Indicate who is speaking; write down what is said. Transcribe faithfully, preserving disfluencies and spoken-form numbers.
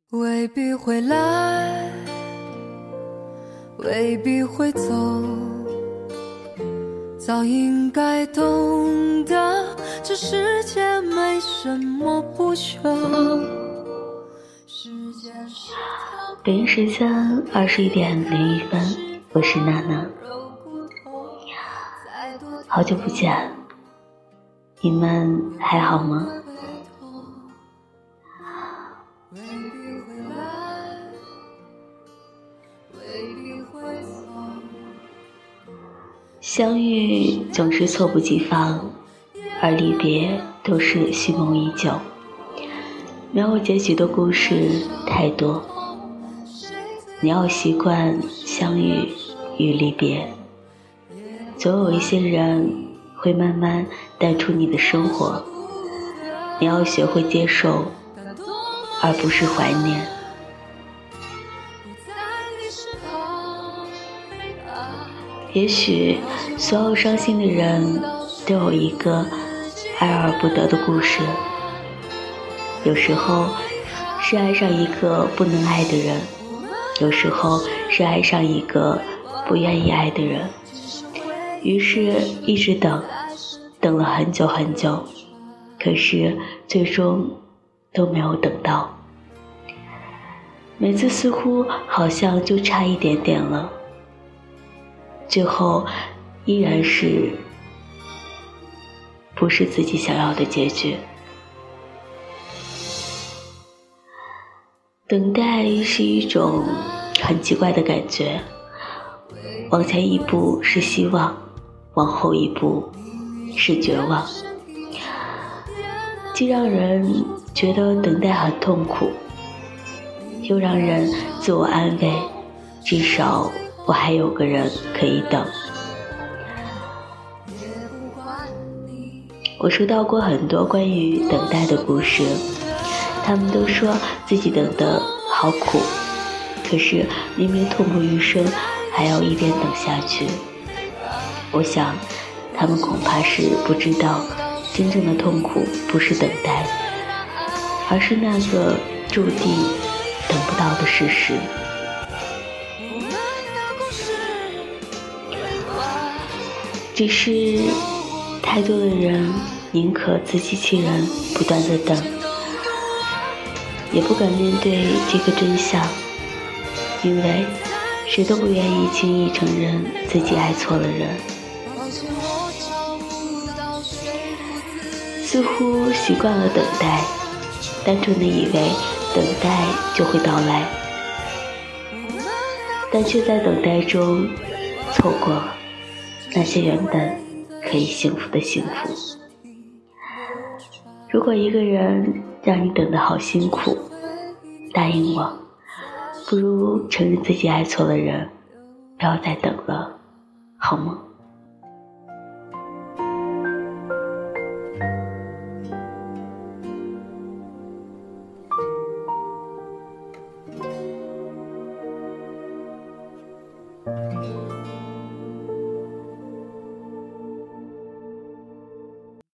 Speaker 1: 未必会来，未必会走，早应该懂得这世界没什么不朽。
Speaker 2: 北京时间二十一点零一分，我是娜娜。好久不见，你们还好吗？相遇总是猝不及防，而离别都是蓄谋已久。没有结局的故事太多，你要习惯相遇与离别。总有一些人会慢慢淡出你的生活，你要学会接受，而不是怀念。也许所有伤心的人都有一个爱而不得的故事，有时候是爱上一个不能爱的人，有时候是爱上一个不愿意爱的人，于是一直等，等了很久很久，可是最终都没有等到。每次似乎好像就差一点点了，最后依然是不是自己想要的结局。等待是一种很奇怪的感觉，往前一步是希望，往后一步是绝望，既让人觉得等待很痛苦，又让人自我安慰，至少我还有个人可以等。我收到过很多关于等待的故事，他们都说自己等得好苦，可是明明痛不欲生，还要一边等下去。我想他们恐怕是不知道，真正的痛苦不是等待，而是那个注定等不到的事实。只是太多的人宁可自欺欺人，不断的等，也不敢面对这个真相，因为谁都不愿意轻易承认自己爱错了人。似乎习惯了等待，单纯的以为等待就会到来，但却在等待中错过了那些原本可以幸福的幸福。如果一个人让你等得好辛苦，答应我，不如承认自己爱错了人，不要再等了，好吗？